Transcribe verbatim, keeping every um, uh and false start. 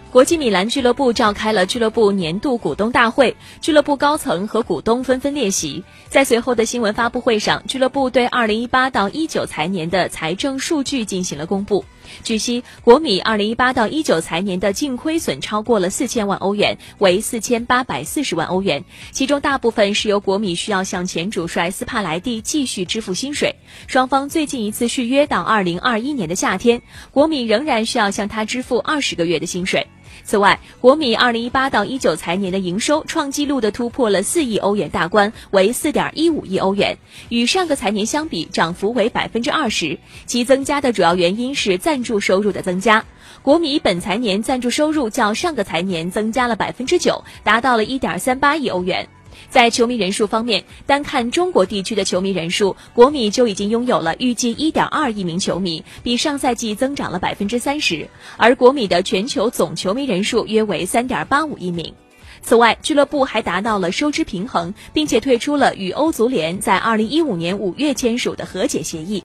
国际米兰俱乐部召开了俱乐部年度股东大会，俱乐部高层和股东纷纷列席。在随后的新闻发布会上，俱乐部对二零一八到一九财年的财政数据进行了公布。据悉，国米二零一八到一九财年的净亏损超过了四千万欧元，为四千八百四十万欧元，其中大部分是由国米需要向前主帅斯帕莱蒂继续支付薪水。双方最近一次续约到二零二一年的夏天，国米仍然需要向他支付二十个月的薪水。此外，国米二零一八到一九财年的营收创纪录的突破了四亿欧元大关，为 四点一五亿欧元，与上个财年相比涨幅为 百分之二十， 其增加的主要原因是赞助收入的增加。国米本财年赞助收入较上个财年增加了 百分之九， 达到了 一点三八亿欧元。在球迷人数方面，单看中国地区的球迷人数，国米就已经拥有了预计 一点二亿名球迷，比上赛季增长了 百分之三十， 而国米的全球总球迷人数约为 三点八五亿名。此外，俱乐部还达到了收支平衡，并且退出了与欧足联在二零一五年五月签署的和解协议。